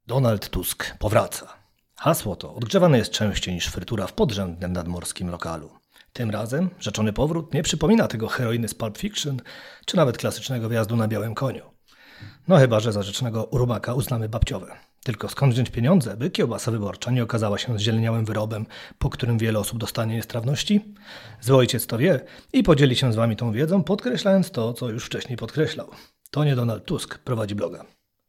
Donald Tusk powraca. Hasło to odgrzewane jest częściej niż frytura w podrzędnym nadmorskim lokalu. Tym razem rzeczony powrót nie przypomina tego heroiny z Pulp Fiction, czy nawet klasycznego wjazdu na białym koniu. No chyba, że za rzecznego urobaka uznamy babciowe. Tylko skąd wziąć pieniądze, by kiełbasa wyborcza nie okazała się zzieleniałym wyrobem, po którym wiele osób dostanie niestrawności? Zły ojciec to wie i podzieli się z wami tą wiedzą, podkreślając to, co już wcześniej podkreślał. To nie Donald Tusk prowadzi bloga.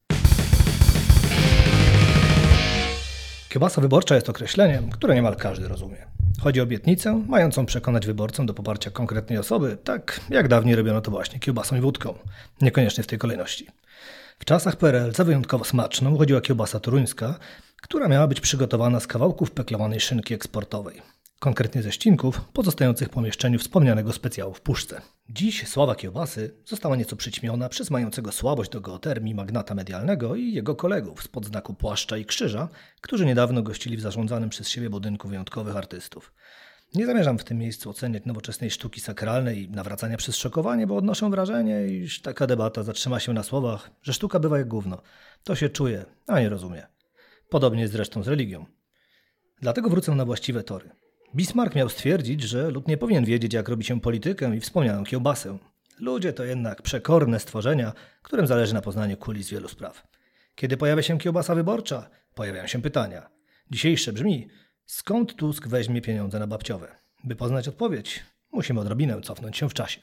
Kiełbasa wyborcza jest określeniem, które niemal każdy rozumie. Chodzi o obietnicę, mającą przekonać wyborcę do poparcia konkretnej osoby, tak jak dawniej robiono to właśnie kiełbasą i wódką. Niekoniecznie w tej kolejności. W czasach PRL za wyjątkowo smaczną uchodziła kiełbasa toruńska, która miała być przygotowana z kawałków peklowanej szynki eksportowej. Konkretnie ze ścinków pozostających po umieszczeniu wspomnianego specjału w puszce. Dziś sława kiełbasy została nieco przyćmiona przez mającego słabość do geotermii magnata medialnego i jego kolegów spod znaku płaszcza i krzyża, którzy niedawno gościli w zarządzanym przez siebie budynku wyjątkowych artystów. Nie zamierzam w tym miejscu oceniać nowoczesnej sztuki sakralnej i nawracania przez szokowanie, bo odnoszę wrażenie, iż taka debata zatrzyma się na słowach, że sztuka bywa jak gówno. To się czuje, a nie rozumie. Podobnie jest zresztą z religią. Dlatego wrócę na właściwe tory. Bismarck miał stwierdzić, że lud nie powinien wiedzieć, jak robi się politykę i wspomnianą kiełbasę. Ludzie to jednak przekorne stworzenia, którym zależy na poznaniu kulis wielu spraw. Kiedy pojawia się kiełbasa wyborcza, pojawiają się pytania. Dzisiejsze brzmi, skąd Tusk weźmie pieniądze na babciowe? By poznać odpowiedź, musimy odrobinę cofnąć się w czasie.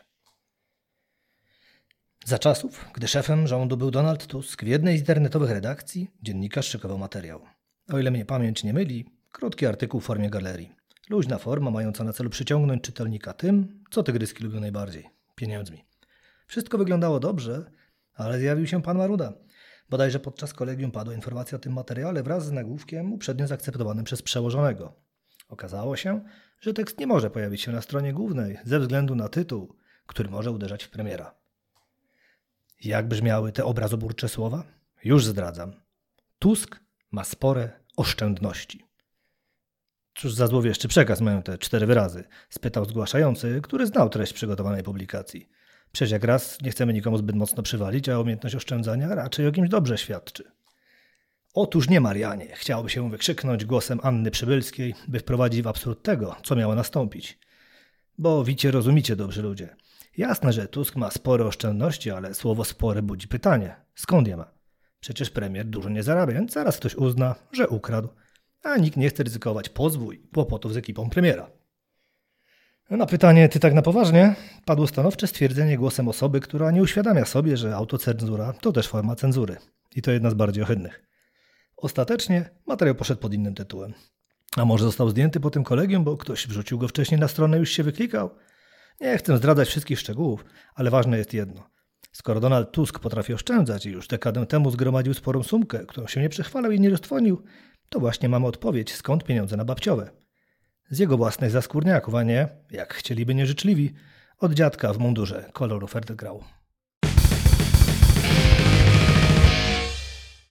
Za czasów, gdy szefem rządu był Donald Tusk, w jednej z internetowych redakcji dziennikarz szykował materiał. O ile mnie pamięć nie myli, krótki artykuł w formie galerii. Luźna forma mająca na celu przyciągnąć czytelnika tym, co tygryski lubią najbardziej – pieniędzmi. Wszystko wyglądało dobrze, ale zjawił się pan Maruda. Bodajże podczas kolegium padła informacja o tym materiale wraz z nagłówkiem uprzednio zaakceptowanym przez przełożonego. Okazało się, że tekst nie może pojawić się na stronie głównej ze względu na tytuł, który może uderzać w premiera. Jak brzmiały te obrazoburcze słowa? Już zdradzam. Tusk ma spore oszczędności. Cóż za złowieszczy przekaz mają te 4 wyrazy? Spytał zgłaszający, który znał treść przygotowanej publikacji. Przecież jak raz nie chcemy nikomu zbyt mocno przywalić, a umiejętność oszczędzania raczej o kimś dobrze świadczy. Otóż nie, Marianie, chciałoby się wykrzyknąć głosem Anny Przybylskiej, by wprowadzić w absurd tego, co miało nastąpić. Bo wicie, rozumicie, dobrzy ludzie. Jasne, że Tusk ma spore oszczędności, ale słowo spore budzi pytanie. Skąd je ma? Przecież premier dużo nie zarabia, więc zaraz ktoś uzna, że ukradł. A nikt nie chce ryzykować pozwu i kłopotów z ekipą premiera. Na pytanie, ty tak na poważnie? Padło stanowcze stwierdzenie głosem osoby, która nie uświadamia sobie, że autocenzura to też forma cenzury. I to jedna z bardziej ohydnych. Ostatecznie materiał poszedł pod innym tytułem. A może został zdjęty po tym kolegium, bo ktoś wrzucił go wcześniej na stronę i już się wyklikał? Nie chcę zdradzać wszystkich szczegółów, ale ważne jest jedno. Skoro Donald Tusk potrafi oszczędzać i już dekadę temu zgromadził sporą sumkę, którą się nie przechwalał i nie roztwonił, to właśnie mamy odpowiedź, skąd pieniądze na babciowe. Z jego własnych zaskórniaków, a nie, jak chcieliby nieżyczliwi, od dziadka w mundurze koloru Ferdgrau.